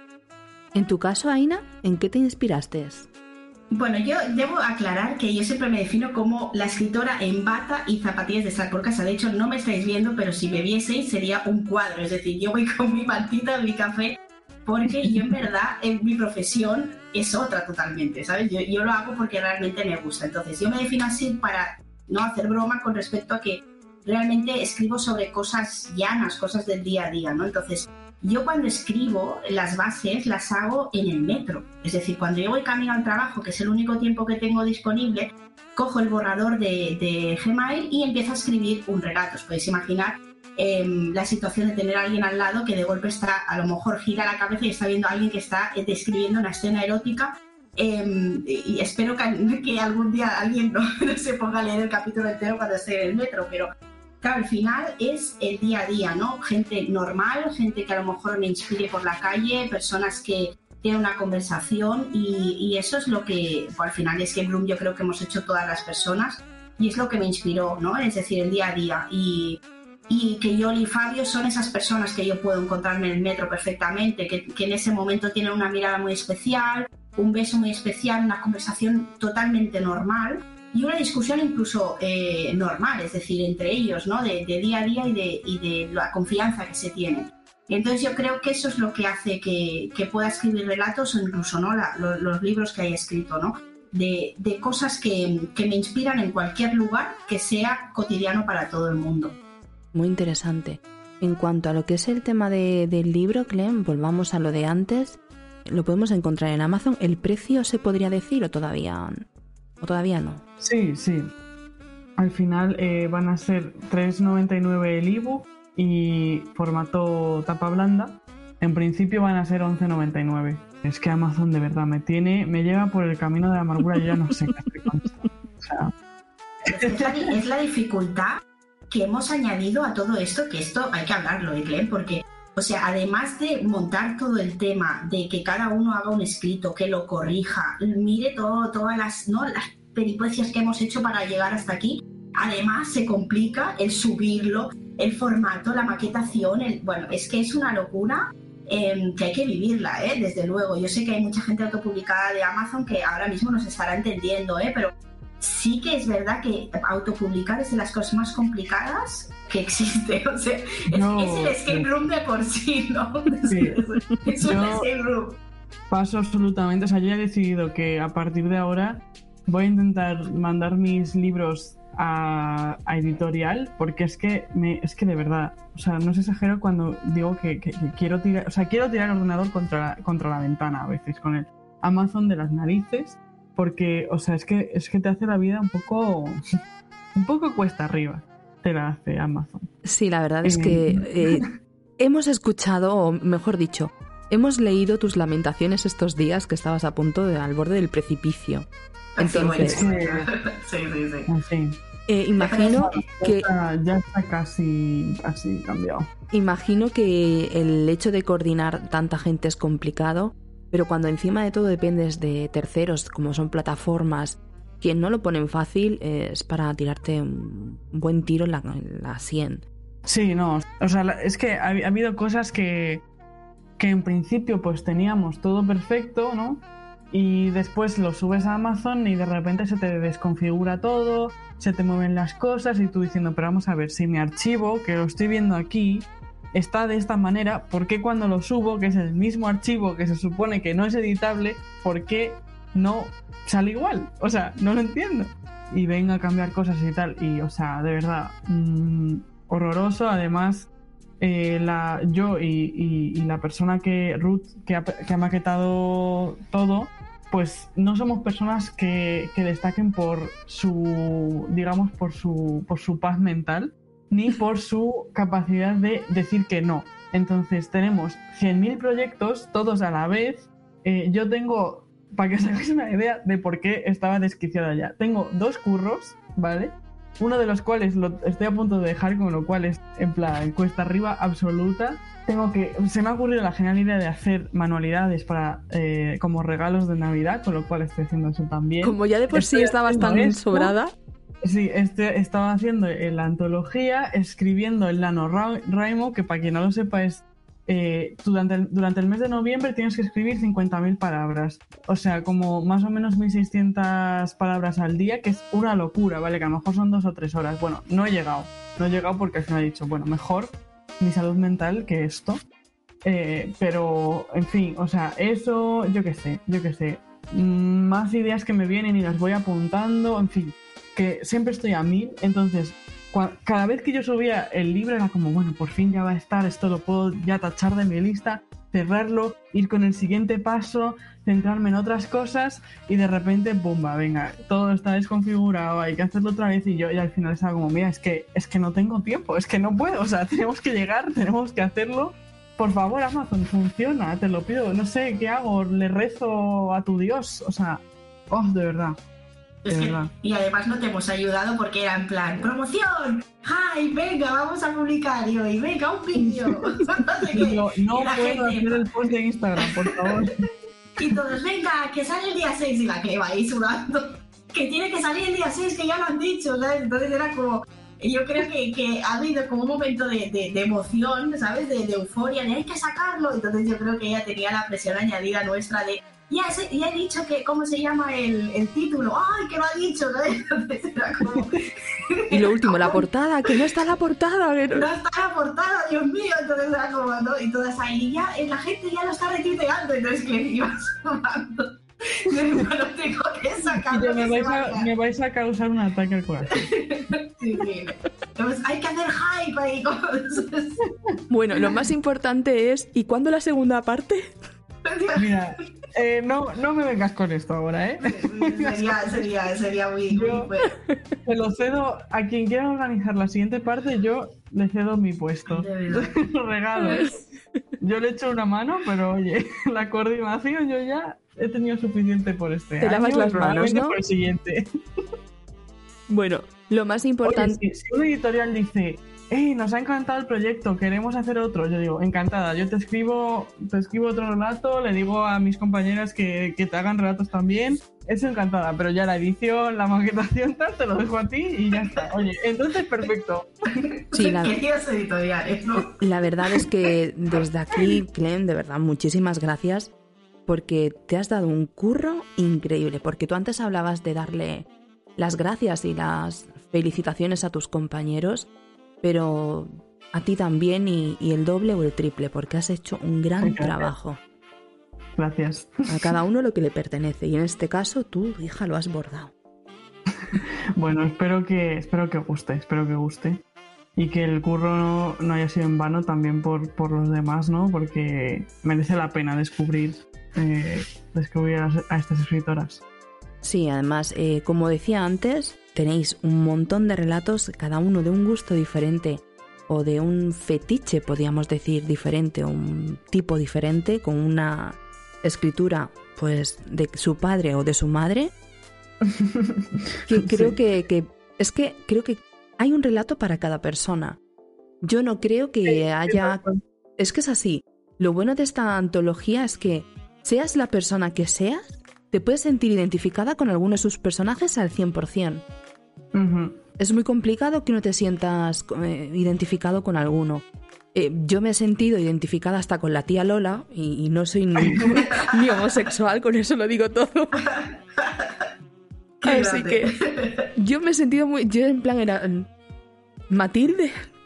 En tu caso, Aina, ¿en qué te inspiraste? Bueno, yo debo aclarar que yo siempre me defino como la escritora en bata y zapatillas de estar por casa. De hecho, no me estáis viendo, pero si me vieseis sería un cuadro. Es decir, yo voy con mi mantita, mi café, porque yo en verdad, en mi profesión es otra totalmente, ¿sabes? Yo, yo lo hago porque realmente me gusta. Entonces, yo me defino así para no hacer broma con respecto a que realmente escribo sobre cosas llanas, cosas del día a día, ¿no? Entonces, yo cuando escribo las bases las hago en el metro. Es decir, cuando yo voy camino al trabajo, que es el único tiempo que tengo disponible, cojo el borrador de, de Gmail y empiezo a escribir un relato. Os podéis imaginar eh, la situación de tener a alguien al lado que de golpe está, a lo mejor gira la cabeza y está viendo a alguien que está eh, describiendo una escena erótica. Eh, y espero que, que algún día alguien no, no se ponga a leer el capítulo entero cuando esté en el metro, pero claro, al final es el día a día, ¿no? Gente normal, gente que a lo mejor me inspire por la calle, personas que tienen una conversación y, y eso es lo que, pues, al final es que Bloom yo creo que hemos hecho todas las personas y es lo que me inspiró, ¿no? Es decir, el día a día y, y que Yoli y Fabio son esas personas que yo puedo encontrarme en el metro perfectamente, que, que en ese momento tienen una mirada muy especial, un beso muy especial, una conversación totalmente normal y una discusión incluso eh, normal, es decir, entre ellos, ¿no? De, de día a día y de, y de la confianza que se tiene. Entonces yo creo que eso es lo que hace que, que pueda escribir relatos o incluso, ¿no? La, los, los libros que haya escrito, ¿no? De, de cosas que, que me inspiran en cualquier lugar que sea cotidiano para todo el mundo. Muy interesante. En cuanto a lo que es el tema de, del libro, Clem, volvamos a lo de antes. Lo podemos encontrar en Amazon. ¿El precio se podría decir o todavía, o todavía no? Sí, sí. Al final eh, van a ser tres noventa y nueve el ebook y formato tapa blanda. En principio van a ser once noventa y nueve. Es que Amazon de verdad me tiene, me lleva por el camino de la amargura. Yo ya no sé qué hacer con esto. O sea... es, la, es la dificultad que hemos añadido a todo esto, que esto hay que hablarlo, ¿eh, Clem? Porque O sea, además de montar todo el tema, de que cada uno haga un escrito, que lo corrija, mire todo, todas las, ¿no? las peripecias que hemos hecho para llegar hasta aquí, además se complica el subirlo, el formato, la maquetación, el, bueno, es que es una locura eh, que hay que vivirla, ¿eh? Desde luego. Yo sé que hay mucha gente autopublicada de Amazon que ahora mismo nos estará entendiendo, ¿eh? Pero sí que es verdad que autopublicar es de las cosas más complicadas que existe. O sea, es, no, es el escape room de por sí, ¿no? Sí. Es un yo escape room. Paso absolutamente. O sea, yo ya he decidido que a partir de ahora voy a intentar mandar mis libros a, a editorial, porque es que me, es que de verdad, o sea, no es exagero cuando digo que, que, que quiero tirar, o sea, quiero tirar el ordenador contra, contra la ventana a veces con el Amazon de las narices, porque, o sea, es que es que te hace la vida un poco un poco cuesta arriba, te la hace Amazon. Sí, la verdad es que eh, hemos escuchado, o mejor dicho, hemos leído tus lamentaciones estos días que estabas a punto de al borde del precipicio. Entonces, sí, sí, sí, sí. sí. Eh, imagino ya que está, ya está casi, casi cambiado. Imagino que el hecho de coordinar tanta gente es complicado, pero cuando encima de todo dependes de terceros, como son plataformas, quien no lo ponen fácil, eh, es para tirarte un buen tiro en la, en la sien. Sí, no, o sea, es que ha, ha habido cosas que, que en principio pues teníamos todo perfecto, ¿no? Y después lo subes a Amazon y de repente se te desconfigura todo, se te mueven las cosas y tú diciendo, pero vamos a ver, si mi archivo, que lo estoy viendo aquí, está de esta manera, ¿por qué cuando lo subo, que es el mismo archivo que se supone que no es editable, por qué no sale igual? O sea, no lo entiendo. Y venga a cambiar cosas y tal, y o sea, de verdad, mmm, horroroso. Además, eh, la, yo y, y, y la persona que, Ruth, que ha, que ha maquetado todo, pues no somos personas que, que destaquen por su, digamos, por su, por su paz mental, ni por su capacidad de decir que no. Entonces tenemos cien mil proyectos, todos a la vez. Eh, yo tengo, para que os hagáis una idea de por qué estaba desquiciada ya, tengo dos curros, ¿vale? Uno de los cuales lo estoy a punto de dejar, con lo cual es en plan cuesta arriba absoluta. Tengo que, se me ha ocurrido la genial idea de hacer manualidades para eh, como regalos de Navidad, con lo cual estoy haciendo eso también. Como ya de por sí estabas tan esto. sobrada. Sí, este, estaba haciendo la antología, escribiendo el NaNoWriMo, que para quien no lo sepa es eh, durante, el, durante el mes de noviembre tienes que escribir cincuenta mil palabras, o sea, como más o menos mil seiscientas palabras al día, que es una locura, ¿vale? Que a lo mejor son dos o tres horas. Bueno, no he llegado, no he llegado porque al final he dicho, bueno, mejor mi salud mental que esto, eh, pero en fin, o sea, eso, yo qué sé, yo qué sé, más ideas que me vienen y las voy apuntando, en fin, que siempre estoy a mil. Entonces cua- cada vez que yo subía el libro era como, bueno, por fin ya va a estar, esto lo puedo ya tachar de mi lista, cerrarlo, ir con el siguiente paso, centrarme en otras cosas, y de repente, ¡bumba! Venga, todo está desconfigurado, hay que hacerlo otra vez, y yo y al final estaba como, mira, es que, es que no tengo tiempo, es que no puedo, o sea, tenemos que llegar, tenemos que hacerlo, por favor, Amazon, funciona, te lo pido, no sé, ¿qué hago? Le rezo a tu Dios, o sea, oh, de verdad. Es que, y además no te hemos ayudado porque era en plan, promoción, ¡ay, venga, vamos a publicar! Y hoy, venga, un vídeo. No, sé qué. No, no puedo gente, hacer el post de Instagram, por favor. Y todos, venga, que sale el día seis, y la que va ahí sudando. Que tiene que salir el día seis, que ya lo han dicho, ¿sabes? Entonces era como, yo creo que, que ha habido como un momento de, de, de emoción, ¿sabes? De, de euforia, de hay que sacarlo. Entonces yo creo que ella tenía la presión añadida nuestra de, Ya, sé, ya he dicho que cómo se llama el, el título. ¡Ay, que lo ha dicho! Entonces era como... Y lo último, la portada, que no está la portada. Pero... No está la portada, Dios mío. Entonces era como, ¿no? Y todas ahí, ya, la gente ya lo está retuiteando. Entonces que iba sumando. Bueno, tengo que sacarlo. Me vais, a, me vais a causar un ataque al corazón. Sí, sí. Entonces, hay que hacer hype ahí. Bueno, lo más importante es, ¿y cuándo la segunda parte? Mira, eh, no, no me vengas con esto ahora, ¿eh? Sería, sería, sería muy... Yo muy te lo cedo a quien quiera organizar la siguiente parte, yo le cedo mi puesto. Regalos. Yo le echo una mano, pero oye, la coordinación yo ya he tenido suficiente por este te año. Te lavas las manos, ¿no? Por el siguiente. Bueno, lo más importante... Oye, si, si una editorial dice... hey, nos ha encantado el proyecto, queremos hacer otro. Yo digo, encantada, yo te escribo, te escribo otro relato, le digo a mis compañeras que, que te hagan relatos también. Eso encantada, pero ya la edición, la maquetación, tal, te lo dejo a ti y ya está. Oye, entonces perfecto. Sí, la, editoriales, ¿no? La verdad es que desde aquí, Clem, de verdad, muchísimas gracias, porque te has dado un curro increíble, porque tú antes hablabas de darle las gracias y las felicitaciones a tus compañeros, pero a ti también y, y el doble o el triple, porque has hecho un gran Gracias. trabajo. Gracias. A cada uno lo que le pertenece, y en este caso tú, hija, lo has bordado. Bueno, espero que, espero que guste, espero que guste. Y que el curro no, no haya sido en vano también por, por los demás, ¿no? Porque merece la pena descubrir, eh, descubrir a, a estas escritoras. Sí, además, eh, como decía antes, tenéis un montón de relatos, cada uno de un gusto diferente o de un fetiche, podríamos decir, diferente, o un tipo diferente, con una escritura pues de su padre o de su madre. Que creo Sí. que, que es que creo que hay un relato para cada persona. Yo no creo que haya... Es que es así. Lo bueno de esta antología es que seas la persona que seas, te puedes sentir identificada con alguno de sus personajes al cien por ciento. Uh-huh. Es muy complicado que no te sientas eh, identificado con alguno. Eh, yo me he sentido identificada hasta con la tía Lola y, y no soy ni, ni homosexual, con eso lo digo todo. Así que yo me he sentido muy... Yo en plan era Matilde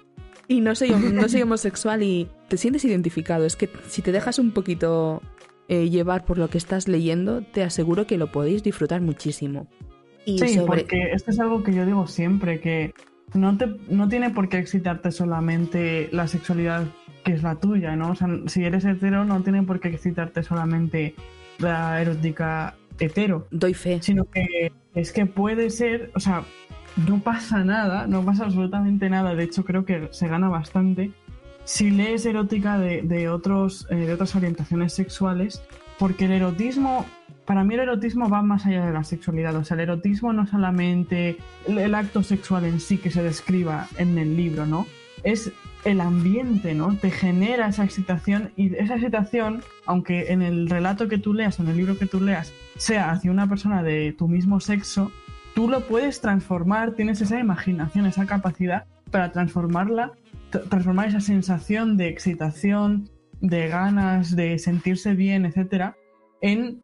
y no soy, no soy homosexual y te sientes identificado. Es que si te dejas un poquito eh, llevar por lo que estás leyendo, te aseguro que lo podéis disfrutar muchísimo. Y Sí, sobre... porque esto es algo que yo digo siempre, que no, te, no tiene por qué excitarte solamente la sexualidad que es la tuya, ¿no? O sea, si eres hetero no tiene por qué excitarte solamente la erótica hetero, Doy fe. sino que es que puede ser, o sea, no pasa nada, no pasa absolutamente nada, de hecho creo que se gana bastante si lees erótica de, de, otros, eh, de otras orientaciones sexuales, porque el erotismo, para mí el erotismo va más allá de la sexualidad, o sea, el erotismo no solamente el, el acto sexual en sí que se describa en el libro, ¿no? Es el ambiente, ¿no? Te genera esa excitación y esa excitación, aunque en el relato que tú leas o en el libro que tú leas sea hacia una persona de tu mismo sexo, tú lo puedes transformar, tienes esa imaginación, esa capacidad para transformarla, t- transformar esa sensación de excitación, de ganas, de sentirse bien, etcétera, en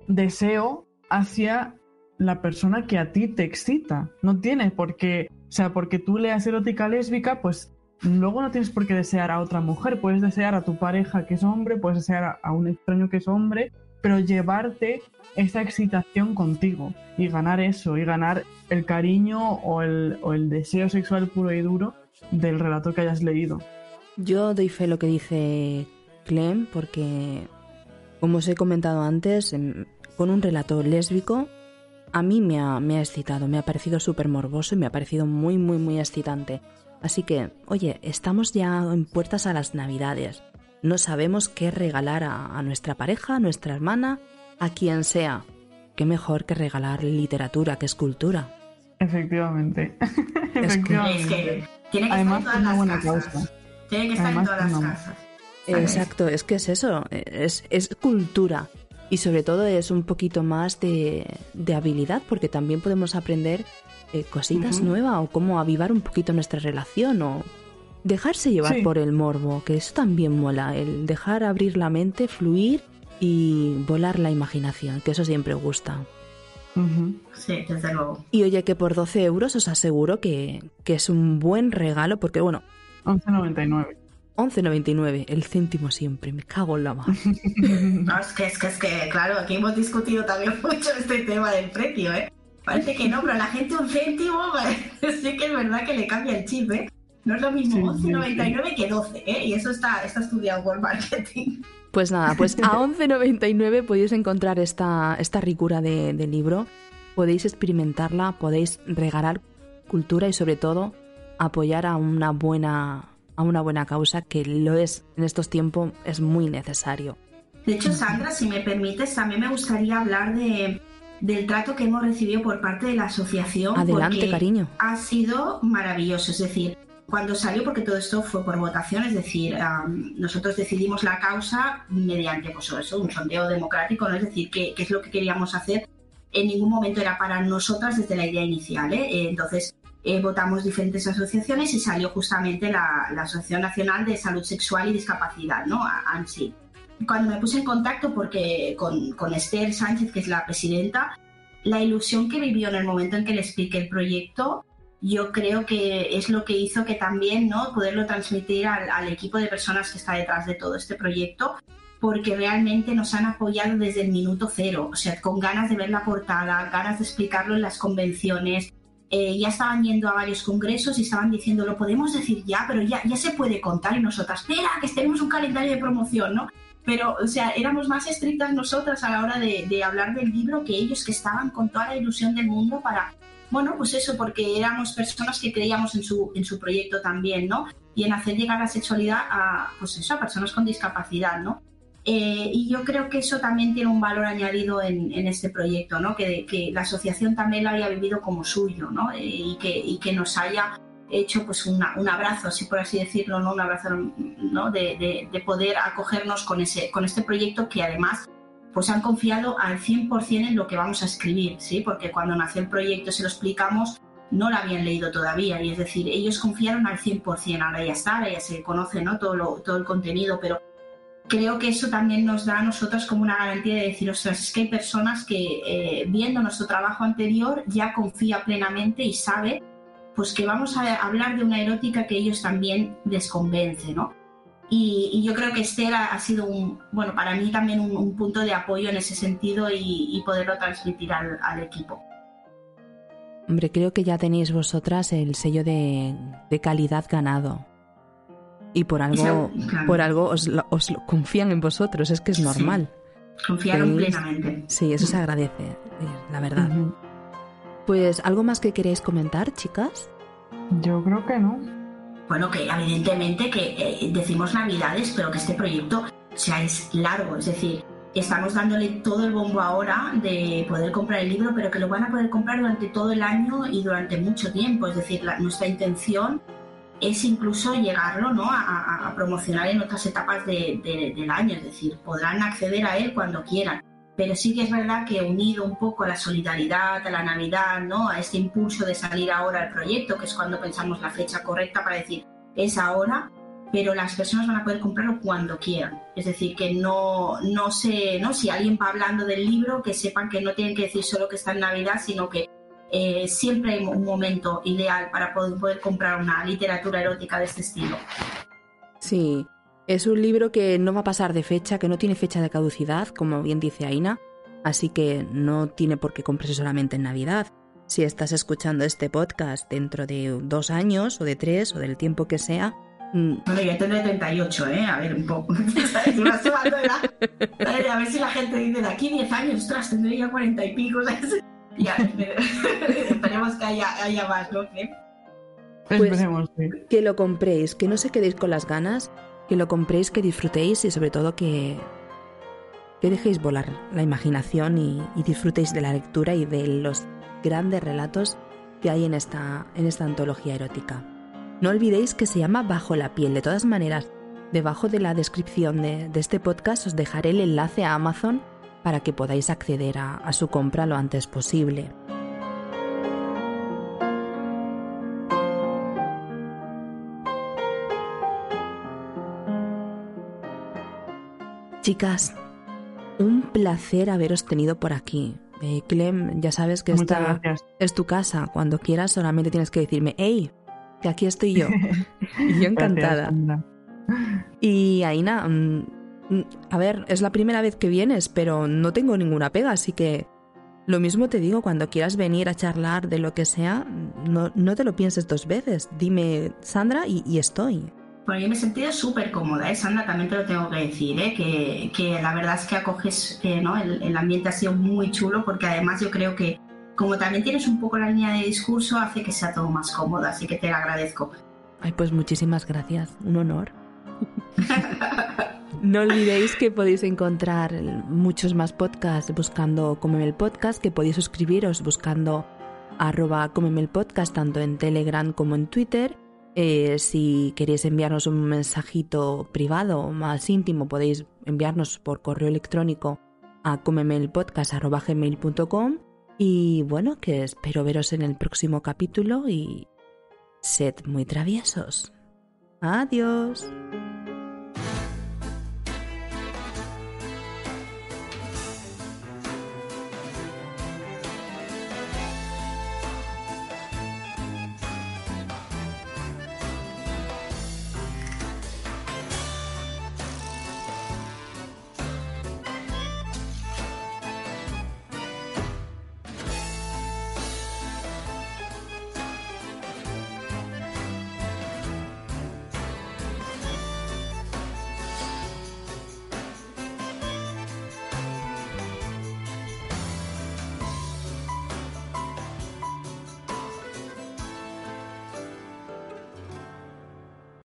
deseo hacia la persona que a ti te excita. No tiene por qué, o sea, porque tú leas erótica lésbica, pues luego no tienes por qué desear a otra mujer, puedes desear a tu pareja que es hombre, puedes desear a, a un extraño que es hombre, pero llevarte esa excitación contigo y ganar eso, y ganar el cariño o el, o el deseo sexual puro y duro del relato que hayas leído. Yo doy fe lo que dice Clem, porque, como os he comentado antes, con un relato lésbico, a mí me ha, me ha excitado, me ha parecido súper morboso y me ha parecido muy, muy, muy excitante. Así que, oye, estamos ya en puertas a las Navidades. No sabemos qué regalar a, a nuestra pareja, a nuestra hermana, a quien sea. Qué mejor que regalar literatura, que es cultura. Efectivamente. Es Efectivamente. Es que tiene que Además, estar es en una todas buena las casas. causa. Tiene que estar Además, en todas las no. casas. ¿sabes? Exacto, es que es eso, es, es cultura. Y sobre todo es un poquito más de, de habilidad, porque también podemos aprender eh, cositas Ujú. nuevas o cómo avivar un poquito nuestra relación o dejarse llevar Sí. por el morbo, que eso también mola, el dejar abrir la mente, fluir y volar la imaginación, que eso siempre gusta. Ujú. Sí, desde luego. Y oye, que por doce euros os aseguro que, que es un buen regalo, porque bueno, once noventa y nueve. once noventa y nueve, el céntimo siempre, me cago en la mano. No, es que, es que, es que, claro, aquí hemos discutido también mucho este tema del precio, ¿eh? Parece que no, pero a la gente un céntimo, sí que es verdad que le cambia el chip, ¿eh? No es lo mismo Sí, sí, once noventa y nueve que doce, ¿eh? Y eso está, está estudiado por marketing. Pues nada, pues a once noventa y nueve podéis encontrar esta, esta ricura de, de libro, podéis experimentarla, podéis regalar cultura y sobre todo apoyar a una buena, a una buena causa, que lo es en estos tiempos, es muy necesario. De hecho, Sandra, si me permites, también me gustaría hablar de, del trato que hemos recibido por parte de la asociación. Adelante, porque cariño. ha sido maravilloso. Es decir, cuando salió, porque todo esto fue por votación, es decir, um, nosotros decidimos la causa mediante pues, eso, un sondeo democrático, ¿no? Es decir, qué, qué es lo que queríamos hacer. En ningún momento era para nosotras desde la idea inicial, ¿eh? Eh, entonces eh, votamos diferentes asociaciones y salió justamente la, la Asociación Nacional de Salud Sexual y Discapacidad, ¿no? A N S I. Cuando me puse en contacto porque con, con Esther Sánchez, que es la presidenta, la ilusión que vivió en el momento en que le expliqué el proyecto, yo creo que es lo que hizo que también, ¿no?, poderlo transmitir al, al equipo de personas que está detrás de todo este proyecto, porque realmente nos han apoyado desde el minuto cero, o sea, con ganas de ver la portada, ganas de explicarlo en las convenciones. Eh, ya estaban yendo a varios congresos y estaban diciendo, lo podemos decir ya, pero ya, ya se puede contar, y nosotras, espera, que tenemos un calendario de promoción, ¿no? Pero, o sea, éramos más estrictas nosotras a la hora de, de hablar del libro que ellos, que estaban con toda la ilusión del mundo para... Bueno, pues eso, porque éramos personas que creíamos en su, en su proyecto también, ¿no? Y en hacer llegar la sexualidad a, pues eso, a personas con discapacidad, ¿no? Eh, y yo creo que eso también tiene un valor añadido en, en este proyecto, ¿no? Que, que la asociación también lo haya vivido como suyo, ¿no? Eh, y, que, y que nos haya hecho pues una, un abrazo, así por así decirlo, ¿no? Un abrazo, ¿no? de, de, de poder acogernos con, ese, con este proyecto que además pues han confiado al cien por ciento en lo que vamos a escribir, ¿sí? Porque cuando nació el proyecto, se lo explicamos, no lo habían leído todavía, y es decir, ellos confiaron al cien por ciento, ahora ya está, ahora ya se conoce, ¿no?, todo, lo, todo el contenido, pero creo que eso también nos da a nosotros como una garantía de decir, ostras, es que hay personas que eh, viendo nuestro trabajo anterior ya confía plenamente y sabe pues que vamos a hablar de una erótica que ellos también les convence, ¿no? Y, y yo creo que Esther ha, ha sido, un, bueno, para mí también un, un punto de apoyo en ese sentido y, y poderlo transmitir al, al equipo. Hombre, creo que ya tenéis vosotras el sello de, de calidad ganado. Y por algo, claro. por algo os, os confían en vosotros, es que es normal. Sí, confiaron ¿Tenéis? plenamente. Sí, eso se agradece, la verdad. Uh-huh. Pues, ¿algo más que queréis comentar, chicas? Yo creo que no. Bueno, que evidentemente que eh, decimos Navidades, pero que este proyecto, o sea, es largo, es decir, estamos dándole todo el bombo ahora de poder comprar el libro, pero que lo van a poder comprar durante todo el año y durante mucho tiempo, es decir, la, nuestra intención es incluso llegarlo, ¿no?, a, a promocionar en otras etapas de, de, del año, es decir, podrán acceder a él cuando quieran. Pero sí que es verdad que unido un poco a la solidaridad, a la Navidad, ¿no?, a este impulso de salir ahora al proyecto, que es cuando pensamos la fecha correcta para decir, es ahora, pero las personas van a poder comprarlo cuando quieran. Es decir, que no, no sé, ¿no?, si alguien va hablando del libro, que sepan que no tienen que decir solo que está en Navidad, sino que eh, siempre hay un momento ideal para poder, poder comprar una literatura erótica de este estilo. Sí. Es un libro que no va a pasar de fecha, que no tiene fecha de caducidad, como bien dice Aina, así que no tiene por qué comprarse solamente en Navidad. Si estás escuchando este podcast dentro de dos años, o de tres, o del tiempo que sea... Bueno, yo tendré treinta y ocho, ¿eh? A ver, un poco. ¿Sabes? Me estoy dando la... A ver, a ver si la gente dice, de aquí diez años, ostras, tendré ya cuarenta y pico, ¿sabes? Ya, esperemos que haya, haya más, ¿no? ¿Qué? Pues esperemos, sí. Que lo compréis, que no se quedéis con las ganas... Que lo compréis, que disfrutéis y sobre todo que, que dejéis volar la imaginación y, y disfrutéis de la lectura y de los grandes relatos que hay en esta, en esta antología erótica. No olvidéis que se llama Bajo la piel. De todas maneras, debajo de la descripción de, de este podcast os dejaré el enlace a Amazon para que podáis acceder a, a su compra lo antes posible. Chicas, un placer haberos tenido por aquí. Eh, Clem, ya sabes que Muchas esta gracias. Es tu casa. Cuando quieras solamente tienes que decirme, ¡hey! Que aquí estoy yo. Y yo encantada. Gracias, y Aina, a ver, es la primera vez que vienes, pero no tengo ninguna pega, así que lo mismo te digo, cuando quieras venir a charlar de lo que sea, no, no te lo pienses dos veces. Dime, Sandra, y, y estoy. Bueno, yo me he sentido súper cómoda, ¿eh, Sandra? También te lo tengo que decir, ¿eh? que, que la verdad es que acoges, eh, ¿no? el, el ambiente ha sido muy chulo, porque además yo creo que como también tienes un poco la línea de discurso, hace que sea todo más cómodo, así que te lo agradezco. Ay, pues muchísimas gracias, un honor. No olvidéis que podéis encontrar muchos más podcasts buscando Cómeme el Podcast, que podéis suscribiros buscando arroba Cómeme el Podcast tanto en Telegram como en Twitter. Eh, si queréis enviarnos un mensajito privado más íntimo, podéis enviarnos por correo electrónico a comemelpodcast arroba gmail punto com. Y bueno, que espero veros en el próximo capítulo y sed muy traviesos. Adiós.